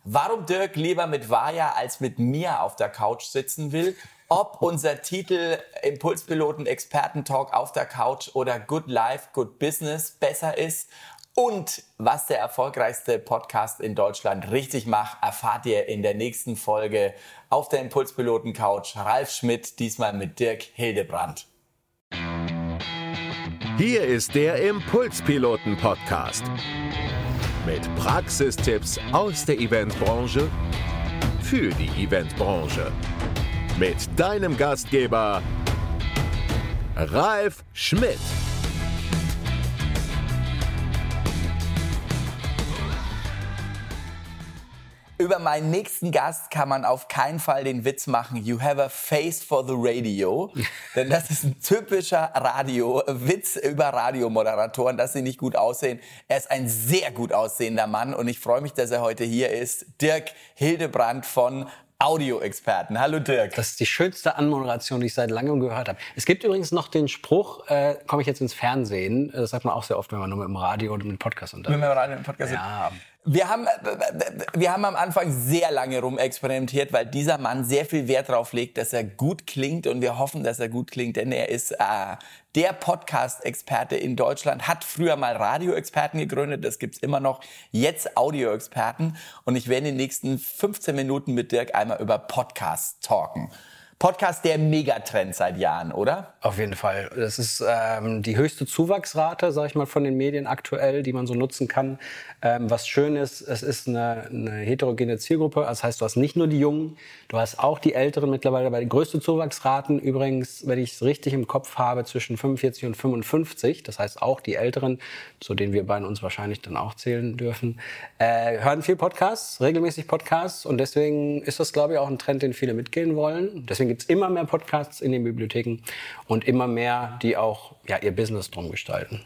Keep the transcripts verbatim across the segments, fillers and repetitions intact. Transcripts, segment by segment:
warum Dirk lieber mit Vaja als mit mir auf der Couch sitzen will, ob unser Titel Impulspiloten Expertentalk auf der Couch oder Good Life, Good Business besser ist und was der erfolgreichste Podcast in Deutschland richtig macht, erfahrt ihr in der nächsten Folge auf der Impulspiloten Couch. Ralf Schmidt, diesmal mit Dirk Hildebrandt. Hier ist der Impulspiloten Podcast mit Praxistipps aus der Eventbranche für die Eventbranche. Mit deinem Gastgeber Ralf Schmidt. Über meinen nächsten Gast kann man auf keinen Fall den Witz machen, you have a face for the radio. Denn das ist ein typischer Radio-Witz über Radiomoderatoren, dass sie nicht gut aussehen. Er ist ein sehr gut aussehender Mann und ich freue mich, dass er heute hier ist. Dirk Hildebrandt von Audioexperten. Hallo Dirk. Das ist die schönste Anmoderation, die ich seit langem gehört habe. Es gibt übrigens noch den Spruch, äh, komme ich jetzt ins Fernsehen. Das sagt man auch sehr oft, wenn man nur mit dem Radio oder mit dem Podcast unterwegs ist. Mit dem Radio und Podcast. Ja. Wir haben, wir haben am Anfang sehr lange rumexperimentiert, weil dieser Mann sehr viel Wert darauf legt, dass er gut klingt und wir hoffen, dass er gut klingt, denn er ist äh, der Podcast-Experte in Deutschland, hat früher mal Radio-Experten gegründet, das gibt's immer noch, jetzt Audio-Experten und ich werde in den nächsten fünfzehn Minuten mit Dirk einmal über Podcasts talken. Podcast der Megatrend seit Jahren, oder? Auf jeden Fall. Das ist ähm, die höchste Zuwachsrate, sag ich mal, von den Medien aktuell, die man so nutzen kann. Ähm, was schön ist, es ist eine, eine heterogene Zielgruppe. Das heißt, du hast nicht nur die Jungen, du hast auch die Älteren mittlerweile dabei. Die größte Zuwachsraten übrigens, wenn ich es richtig im Kopf habe, zwischen fünfundvierzig und fünfundfünfzig. Das heißt, auch die Älteren, zu denen wir beiden uns wahrscheinlich dann auch zählen dürfen, äh, hören viel Podcasts, regelmäßig Podcasts. Und deswegen ist das, glaube ich, auch ein Trend, den viele mitgehen wollen. Deswegen gibt es immer mehr Podcasts in den Bibliotheken und immer mehr, die auch ja, ihr Business drum gestalten.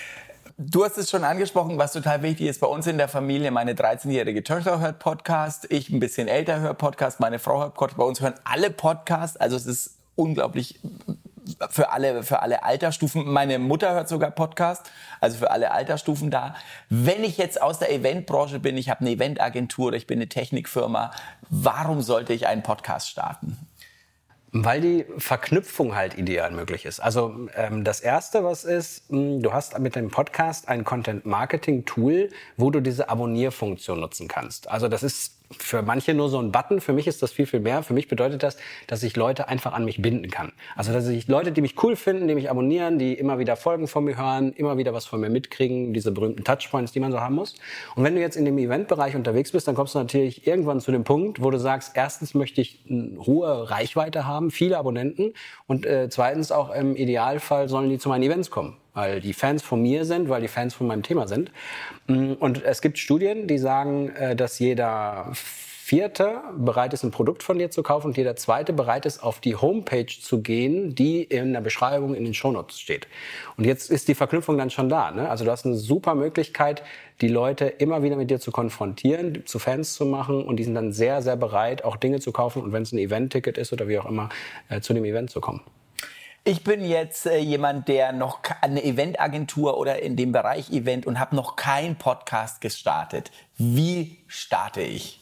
Du hast es schon angesprochen, was total wichtig ist bei uns in der Familie. Meine dreizehnjährige Tochter hört Podcast, ich ein bisschen älter höre Podcast, meine Frau hört Podcast. Bei uns hören alle Podcasts, also es ist unglaublich für alle, für alle Altersstufen. Meine Mutter hört sogar Podcast, also für alle Altersstufen da. Wenn ich jetzt aus der Eventbranche bin, ich habe eine Eventagentur oder ich bin eine Technikfirma, warum sollte ich einen Podcast starten? Weil die Verknüpfung halt ideal möglich ist. Also ähm, das Erste, was ist, mh, du hast mit dem Podcast ein Content-Marketing-Tool, wo du diese Abonnierfunktion nutzen kannst. Also das ist für manche nur so ein Button, für mich ist das viel, viel mehr. Für mich bedeutet das, dass ich Leute einfach an mich binden kann. Also dass ich Leute, die mich cool finden, die mich abonnieren, die immer wieder Folgen von mir hören, immer wieder was von mir mitkriegen, diese berühmten Touchpoints, die man so haben muss. Und wenn du jetzt in dem Eventbereich unterwegs bist, dann kommst du natürlich irgendwann zu dem Punkt, wo du sagst, erstens möchte ich eine hohe Reichweite haben, viele Abonnenten und äh, zweitens auch im Idealfall sollen die zu meinen Events kommen, weil die Fans von mir sind, weil die Fans von meinem Thema sind. Und es gibt Studien, die sagen, dass jeder Vierte bereit ist, ein Produkt von dir zu kaufen und jeder Zweite bereit ist, auf die Homepage zu gehen, die in der Beschreibung in den Shownotes steht. Und jetzt ist die Verknüpfung dann schon da, ne? Also du hast eine super Möglichkeit, die Leute immer wieder mit dir zu konfrontieren, zu Fans zu machen und die sind dann sehr, sehr bereit, auch Dinge zu kaufen und wenn es ein Event-Ticket ist oder wie auch immer, äh, zu dem Event zu kommen. Ich bin jetzt äh, jemand, der noch eine Eventagentur oder in dem Bereich Event und habe noch keinen Podcast gestartet. Wie starte ich?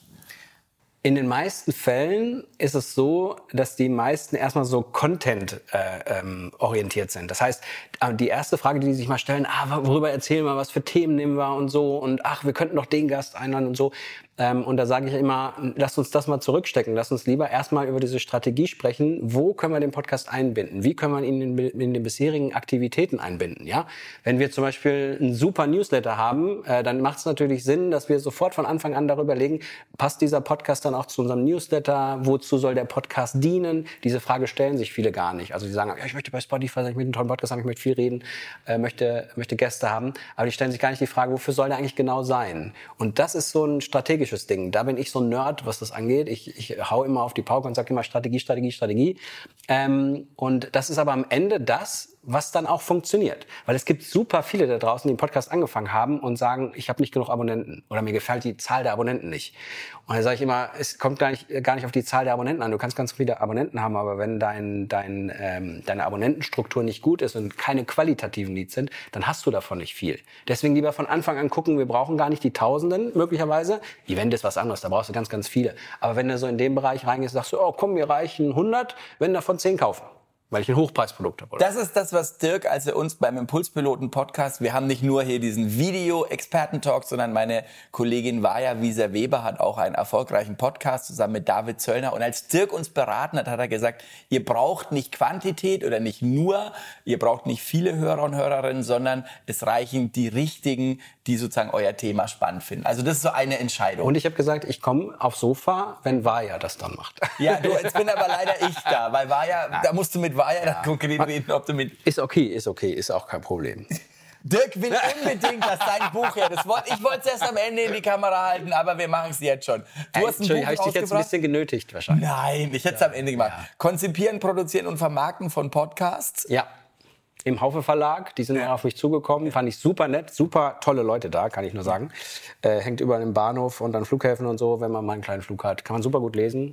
In den meisten Fällen ist es so, dass die meisten erstmal so Content äh, ähm, orientiert sind. Das heißt, die erste Frage, die die sich mal stellen, ah, worüber erzählen wir, was für Themen nehmen wir und so und ach, wir könnten doch den Gast einladen und so. Ähm, und da sage ich immer, lasst uns das mal zurückstecken. Lasst uns lieber erstmal über diese Strategie sprechen. Wo können wir den Podcast einbinden? Wie können wir ihn in, in den bisherigen Aktivitäten einbinden? Ja, wenn wir zum Beispiel einen super Newsletter haben, äh, dann macht es natürlich Sinn, dass wir sofort von Anfang an darüber legen, passt dieser Podcast dann auch zu unserem Newsletter? Wozu soll der Podcast dienen? Diese Frage stellen sich viele gar nicht. Also die sagen, ja, ich möchte bei Spotify, ich möchte einen tollen Podcast haben, ich möchte viel reden, äh, möchte, möchte Gäste haben. Aber die stellen sich gar nicht die Frage, wofür soll der eigentlich genau sein? Und das ist so ein strategisches Ding. Da bin ich so ein Nerd, was das angeht. Ich, ich hau immer auf die Pauke und sage immer Strategie, Strategie, Strategie. Ähm, und das ist aber am Ende das, was dann auch funktioniert. Weil es gibt super viele da draußen, die einen Podcast angefangen haben und sagen, ich habe nicht genug Abonnenten oder mir gefällt die Zahl der Abonnenten nicht. Und dann sage ich immer, es kommt gar nicht, gar nicht auf die Zahl der Abonnenten an. Du kannst ganz viele Abonnenten haben, aber wenn dein, dein, ähm, deine Abonnentenstruktur nicht gut ist und keine qualitativen Leads sind, dann hast du davon nicht viel. Deswegen lieber von Anfang an gucken, wir brauchen gar nicht die Tausenden möglicherweise. Event ist was anderes, da brauchst du ganz, ganz viele. Aber wenn du so in den Bereich reingehst, sagst du, oh komm, mir reichen hundert, wenn davon zehn kaufen. Weil ich ein Hochpreisprodukt habe. Oder? Das ist das, was Dirk, als er uns beim Impulspiloten-Podcast, wir haben nicht nur hier diesen Video-Experten-Talk, sondern meine Kollegin Vaja Wieser-Weber hat auch einen erfolgreichen Podcast zusammen mit David Zöllner. Und als Dirk uns beraten hat, hat er gesagt, ihr braucht nicht Quantität oder nicht nur, ihr braucht nicht viele Hörer und Hörerinnen, sondern es reichen die richtigen, die sozusagen euer Thema spannend finden. Also das ist so eine Entscheidung. Und ich habe gesagt, ich komme aufs Sofa, wenn Vaja das dann macht. Ja, du, jetzt bin aber leider ich da, weil Vaja, da musst du mit war ja, ja. dann konkret reden, ob du mit... Ist okay, ist okay, ist auch kein Problem. Dirk will unbedingt, dass dein Buch her, das Wort, ich wollte es erst am Ende in die Kamera halten, aber wir machen es jetzt schon. Du äh, hast ein Buch habe ich dich jetzt ein bisschen genötigt wahrscheinlich. Nein, ich hätte es ja. am Ende gemacht. Ja. Konzipieren, produzieren und vermarkten von Podcasts? Ja. Im Haufe Verlag, die sind ja. auf mich zugekommen, fand ich super nett, super tolle Leute da, kann ich nur sagen. Äh, hängt überall im Bahnhof und an Flughäfen und so, wenn man mal einen kleinen Flug hat. Kann man super gut lesen.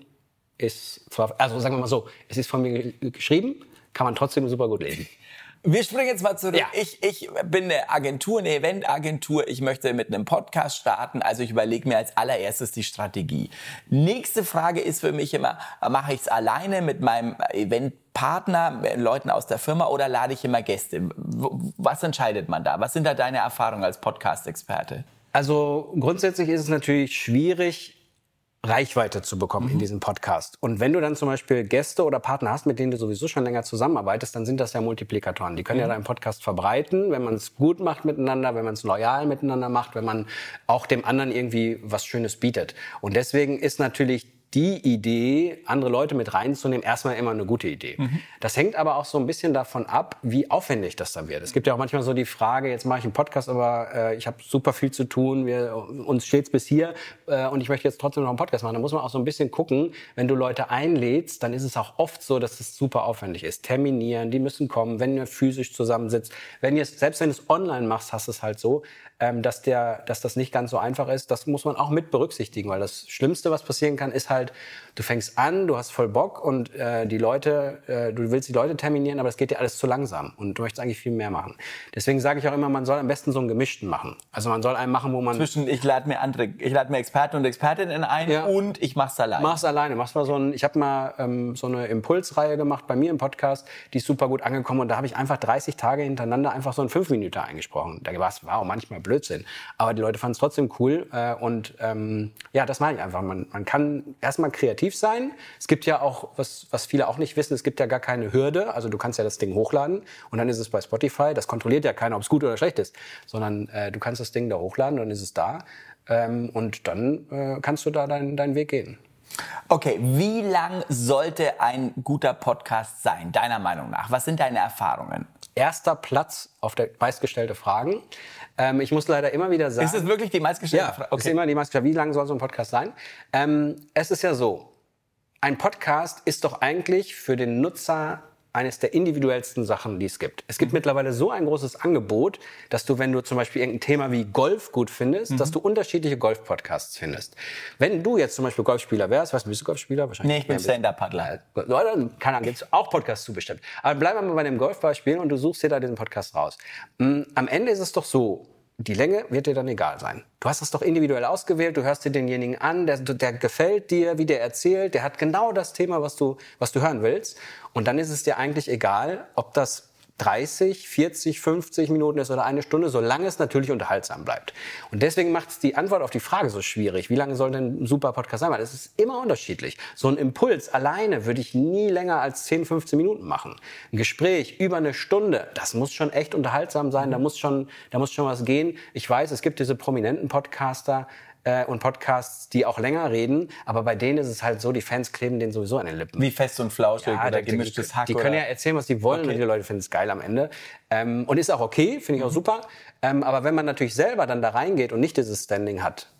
Ist zwar, also sagen wir mal so, es ist von mir geschrieben, kann man trotzdem super gut lesen. Wir springen jetzt mal zurück. Ja. Ich, ich bin eine Agentur, eine Eventagentur. Ich möchte mit einem Podcast starten. Also ich überlege mir als allererstes die Strategie. Nächste Frage ist für mich immer, mache ich es alleine mit meinem Eventpartner, Leuten aus der Firma oder lade ich immer Gäste? Was entscheidet man da? Was sind da deine Erfahrungen als Podcast-Experte? Also grundsätzlich ist es natürlich schwierig, Reichweite zu bekommen mhm. in diesem Podcast. Und wenn du dann zum Beispiel Gäste oder Partner hast, mit denen du sowieso schon länger zusammenarbeitest, dann sind das ja Multiplikatoren. Die können mhm. ja deinen Podcast verbreiten, wenn man es gut macht miteinander, wenn man es loyal miteinander macht, wenn man auch dem anderen irgendwie was Schönes bietet. Und deswegen ist natürlich die Idee, andere Leute mit reinzunehmen, erstmal immer eine gute Idee. Mhm. Das hängt aber auch so ein bisschen davon ab, wie aufwendig das dann wird. Es gibt ja auch manchmal so die Frage, jetzt mache ich einen Podcast, aber äh, ich habe super viel zu tun, wir, uns steht's bis hier äh, und ich möchte jetzt trotzdem noch einen Podcast machen. Da muss man auch so ein bisschen gucken, wenn du Leute einlädst, dann ist es auch oft so, dass es super aufwendig ist. Terminieren, die müssen kommen, wenn ihr physisch zusammensitzt. Wenn ihr selbst wenn du es online machst, hast du es halt so, ähm, dass, der, dass das nicht ganz so einfach ist. Das muss man auch mit berücksichtigen, weil das Schlimmste, was passieren kann, ist halt, du fängst an, du hast voll Bock und äh, die Leute, äh, du willst die Leute terminieren, aber es geht dir alles zu langsam und du möchtest eigentlich viel mehr machen. Deswegen sage ich auch immer, man soll am besten so einen gemischten machen. Also man soll einen machen, wo man... Zwischen, ich lade mir andere, ich lade mir Experten und Expertinnen ein ja. und ich mach's alleine. Mach's alleine. Mach's mal so ein, ich habe mal ähm, so eine Impulsreihe gemacht bei mir im Podcast, die ist super gut angekommen und da habe ich einfach dreißig Tage hintereinander einfach so einen fünf Minuten eingesprochen. Da war es wow, manchmal Blödsinn. Aber die Leute fanden es trotzdem cool äh, und ähm, ja, das meine ich einfach. Man, man kann erstmal kreativ sein. Es gibt ja auch, was, was viele auch nicht wissen, es gibt ja gar keine Hürde. Also du kannst ja das Ding hochladen und dann ist es bei Spotify. Das kontrolliert ja keiner, ob es gut oder schlecht ist, sondern äh, du kannst das Ding da hochladen, dann ist es da ähm, und dann äh, kannst du da deinen deinen Weg gehen. Okay, wie lang sollte ein guter Podcast sein, deiner Meinung nach? Was sind deine Erfahrungen? Erster Platz auf der meistgestellte Fragen. Ähm, ich muss leider immer wieder sagen... Ist es wirklich die meistgestellte ja, Frage? Okay. Ist immer die meistgestellte. Wie lang soll so ein Podcast sein? Ähm, es ist ja so, ein Podcast ist doch eigentlich für den Nutzer eines der individuellsten Sachen, die es gibt. Es gibt mhm. mittlerweile so ein großes Angebot, dass du, wenn du zum Beispiel irgendein Thema wie Golf gut findest, mhm. dass du unterschiedliche Golf-Podcasts findest. Wenn du jetzt zum Beispiel Golfspieler wärst, weißt du, bist du Golfspieler? Wahrscheinlich nee, ich bin Stand-Up-Paddler. Leute, keine Ahnung, gibt es auch Podcasts zu bestimmt. Aber bleiben wir mal bei dem Golfbeispiel und du suchst dir da diesen Podcast raus. Am Ende ist es doch so, die Länge wird dir dann egal sein. Du hast es doch individuell ausgewählt, du hörst dir denjenigen an, der, der gefällt dir, wie der erzählt, der hat genau das Thema, was du, was du hören willst. Und dann ist es dir eigentlich egal, ob das dreißig, vierzig, fünfzig Minuten ist oder eine Stunde, solange es natürlich unterhaltsam bleibt. Und deswegen macht es die Antwort auf die Frage so schwierig. Wie lange soll denn ein super Podcast sein? Weil es ist immer unterschiedlich. So ein Impuls alleine würde ich nie länger als zehn, fünfzehn Minuten machen. Ein Gespräch über eine Stunde, das muss schon echt unterhaltsam sein, da muss schon, da muss schon was gehen. Ich weiß, es gibt diese prominenten Podcaster, und Podcasts, die auch länger reden, aber bei denen ist es halt so, die Fans kleben denen sowieso an den Lippen. Wie Fest und Flauschig ja, oder gemischtes Hack. Die können oder? ja erzählen, was die wollen okay. und die Leute finden es geil am Ende. Ähm, und ist auch okay, finde ich auch super. Ähm, aber wenn man natürlich selber dann da reingeht und nicht dieses Standing hat,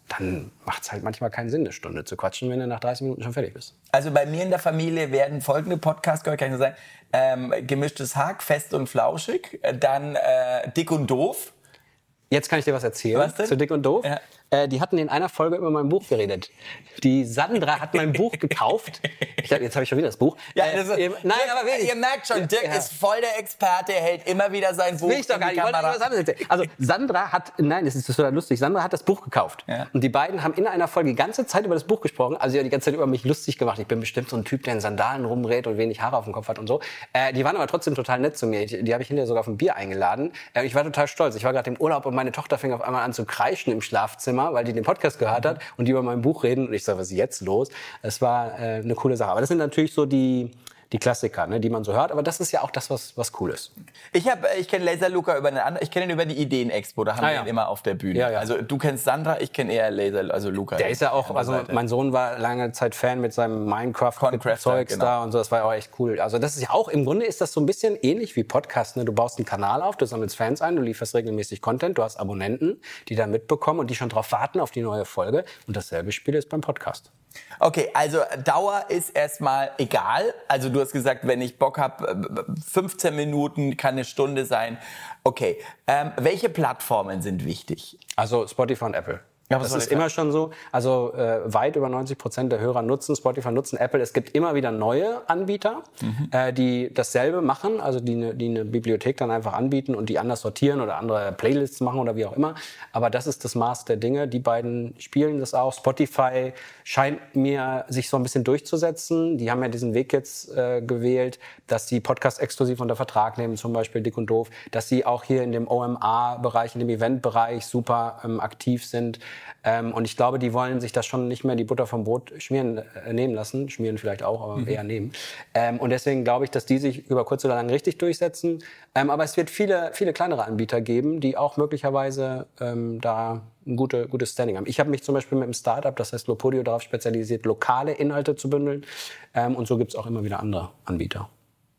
dann macht es halt manchmal keinen Sinn, eine Stunde zu quatschen, wenn du nach dreißig Minuten schon fertig bist. Also bei mir in der Familie werden folgende Podcasts gehört, kann ich nur sagen, ähm, Gemischtes Hack, Fest und Flauschig, dann äh, Dick und Doof. Jetzt kann ich dir was erzählen was denn? zu Dick und Doof. Ja. Äh, die hatten in einer Folge über mein Buch geredet. Die Sandra hat mein Buch gekauft. Ich dachte, jetzt habe ich schon wieder das Buch. Ja, äh, das ist, ihr, nein, Dirk, aber wenig. Ihr merkt schon, Dirk ja. ist voll der Experte, er hält immer wieder sein Buch Will ich doch gar nicht. Ich wollte was anderes erzählen. Also Sandra hat, nein, das ist total lustig, Sandra hat das Buch gekauft. Ja. Und die beiden haben in einer Folge die ganze Zeit über das Buch gesprochen. Also sie haben die ganze Zeit über mich lustig gemacht. Ich bin bestimmt so ein Typ, der in Sandalen rumrät und wenig Haare auf dem Kopf hat und so. Äh, die waren aber trotzdem total nett zu mir. Die, die habe ich hinterher sogar auf ein Bier eingeladen. Äh, ich war total stolz. Ich war gerade im Urlaub und meine Tochter fing auf einmal an zu kreischen im Schlafzimmer, weil die den Podcast gehört hat und die über mein Buch reden. Und ich sage, was ist jetzt los? Es war äh, eine coole Sache. Aber das sind natürlich so die, die Klassiker, ne, die man so hört. Aber das ist ja auch das, was, was cool ist. Ich, hab, ich kenne Laser Luca über eine andere, ich kenne ihn über die Ideen-Expo, da haben Ah, wir ja. ihn immer auf der Bühne. Ja, ja. Also du kennst Sandra, ich kenne eher Laser, also Luca. Der ist ja auch, an der also Seite. mein Sohn war lange Zeit Fan mit seinem Concrafter, Minecraft-Zeugs genau. da und so, das war ja auch echt cool. Also das ist ja auch, im Grunde ist das so ein bisschen ähnlich wie Podcast, ne? Du baust einen Kanal auf, du sammelst Fans ein, du lieferst regelmäßig Content, du hast Abonnenten, die da mitbekommen und die schon drauf warten auf die neue Folge und dasselbe Spiel ist beim Podcast. Okay, also Dauer ist erstmal egal. Also du hast gesagt, wenn ich Bock habe, fünfzehn Minuten kann eine Stunde sein. Okay, ähm, welche Plattformen sind wichtig? Also Spotify und Apple. Ja, das Spotify. ist immer schon so. Also äh, weit über neunzig Prozent der Hörer nutzen Spotify, nutzen Apple. Es gibt immer wieder neue Anbieter, mhm. äh, die dasselbe machen, also die eine die eine Bibliothek dann einfach anbieten und die anders sortieren oder andere Playlists machen oder wie auch immer. Aber das ist das Maß der Dinge. Die beiden spielen das auch. Spotify scheint mir sich so ein bisschen durchzusetzen. Die haben ja diesen Weg jetzt äh, gewählt, dass die Podcasts exklusiv unter Vertrag nehmen, zum Beispiel Dick und Doof, dass sie auch hier in dem O M A-Bereich, in dem Event-Bereich super ähm, aktiv sind. Ähm, und ich glaube, die wollen sich das schon nicht mehr die Butter vom Brot schmieren äh, nehmen lassen. Schmieren vielleicht auch, aber mhm. eher nehmen. Ähm, und deswegen glaube ich, dass die sich über kurz oder lang richtig durchsetzen. Ähm, aber es wird viele, viele kleinere Anbieter geben, die auch möglicherweise ähm, da ein gute, gutes Standing haben. Ich habe mich zum Beispiel mit einem Startup, das heißt Lopodio, darauf spezialisiert, lokale Inhalte zu bündeln. Ähm, und so gibt es auch immer wieder andere Anbieter.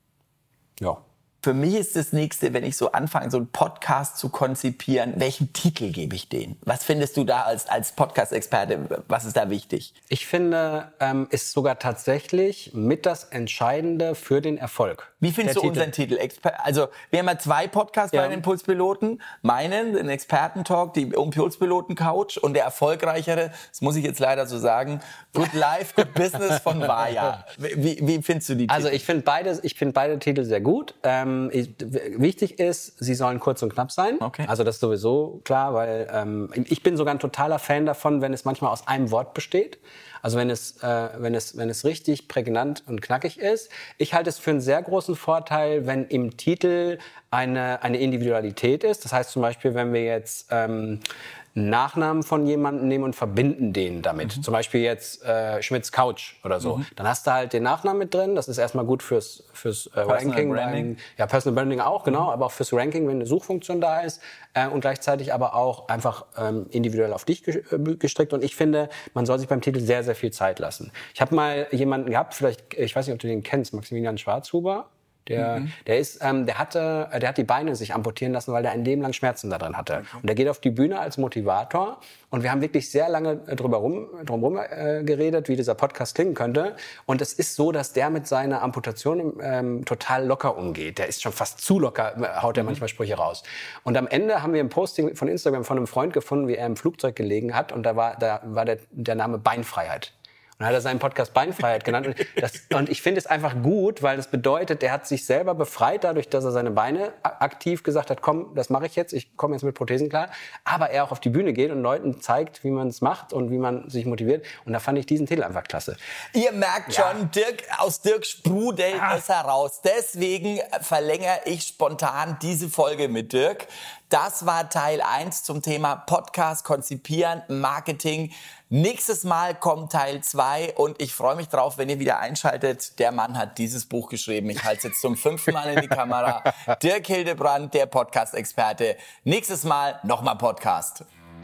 Ja. Für mich ist das Nächste, wenn ich so anfange, so einen Podcast zu konzipieren, welchen Titel gebe ich denen? Was findest du da als, als Podcast-Experte, was ist da wichtig? Ich finde, ähm, ist sogar tatsächlich mit das Entscheidende für den Erfolg. Wie findest Der du unseren Titel? Exper- Also wir haben ja zwei Podcasts Ja. bei den Impulspiloten. Meinen, den Experten-Talk, die Impulspiloten-Couch und der erfolgreichere, das muss ich jetzt leider so sagen, Good Life, Good Business von Vaja. Wie, wie findest du die Titel? Also ich finde beide, ich finde beide Titel sehr gut. Ähm, ich, wichtig ist, sie sollen kurz und knapp sein. Okay. Also das ist sowieso klar, weil ähm, ich bin sogar ein totaler Fan davon, wenn es manchmal aus einem Wort besteht. Also wenn es, äh, wenn es, wenn es richtig prägnant und knackig ist. Ich halte es für einen sehr großen Vorteil, wenn im Titel eine, eine Individualität ist. Das heißt zum Beispiel, wenn wir jetzt ähm, Nachnamen von jemandem nehmen und verbinden den damit. Mhm. Zum Beispiel jetzt äh, Schmidts Couch oder so. Mhm. Dann hast du halt den Nachnamen mit drin. Das ist erstmal gut fürs, fürs äh, Ranking. Branding. Beim, ja, Personal Branding auch, genau. Mhm. Aber auch fürs Ranking, wenn eine Suchfunktion da ist. Äh, und gleichzeitig aber auch einfach ähm, individuell auf dich gestrickt. Und ich finde, man soll sich beim Titel sehr, sehr viel Zeit lassen. Ich habe mal jemanden gehabt, vielleicht, ich weiß nicht, ob du den kennst, Maximilian Schwarzhuber. Der, mhm. der ist, ähm, der hatte, der hat die Beine sich amputieren lassen, weil der ein Leben lang Schmerzen da drin hatte. Okay. Und der geht auf die Bühne als Motivator. Und wir haben wirklich sehr lange drüber rum, drumherum äh, geredet, wie dieser Podcast klingen könnte. Und es ist so, dass der mit seiner Amputation ähm, total locker umgeht. Der ist schon fast zu locker, haut er mhm. manchmal Sprüche raus. Und am Ende haben wir ein Posting von Instagram von einem Freund gefunden, wie er im Flugzeug gelegen hat. Und da war, da war der, der Name Beinfreiheit. Und dann hat er seinen Podcast Beinfreiheit genannt. Und, das, und ich finde es einfach gut, weil das bedeutet, er hat sich selber befreit dadurch, dass er seine Beine aktiv gesagt hat, komm, das mache ich jetzt, ich komme jetzt mit Prothesen klar. Aber er auch auf die Bühne geht und Leuten zeigt, wie man es macht und wie man sich motiviert. Und da fand ich diesen Titel einfach klasse. Ihr merkt Ja. schon, Dirk, aus Dirk sprudelt Ah. es heraus. Deswegen verlängere ich spontan diese Folge mit Dirk. Das war Teil eins zum Thema Podcast, Konzipieren, Marketing. Nächstes Mal kommt Teil zwei und ich freue mich drauf, wenn ihr wieder einschaltet. Der Mann hat dieses Buch geschrieben. Ich halte es jetzt zum fünften Mal in die Kamera. Dirk Hildebrandt, der Podcast-Experte. Nächstes Mal nochmal Podcast.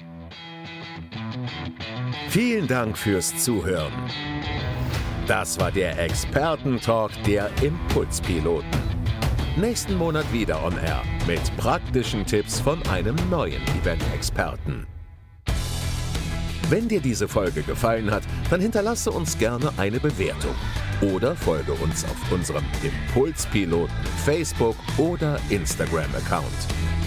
Vielen Dank fürs Zuhören. Das war der Experten-Talk der Impulspiloten. Nächsten Monat wieder on air mit praktischen Tipps von einem neuen Event-Experten. Wenn dir diese Folge gefallen hat, dann hinterlasse uns gerne eine Bewertung oder folge uns auf unserem Impulspiloten Facebook oder Instagram-Account.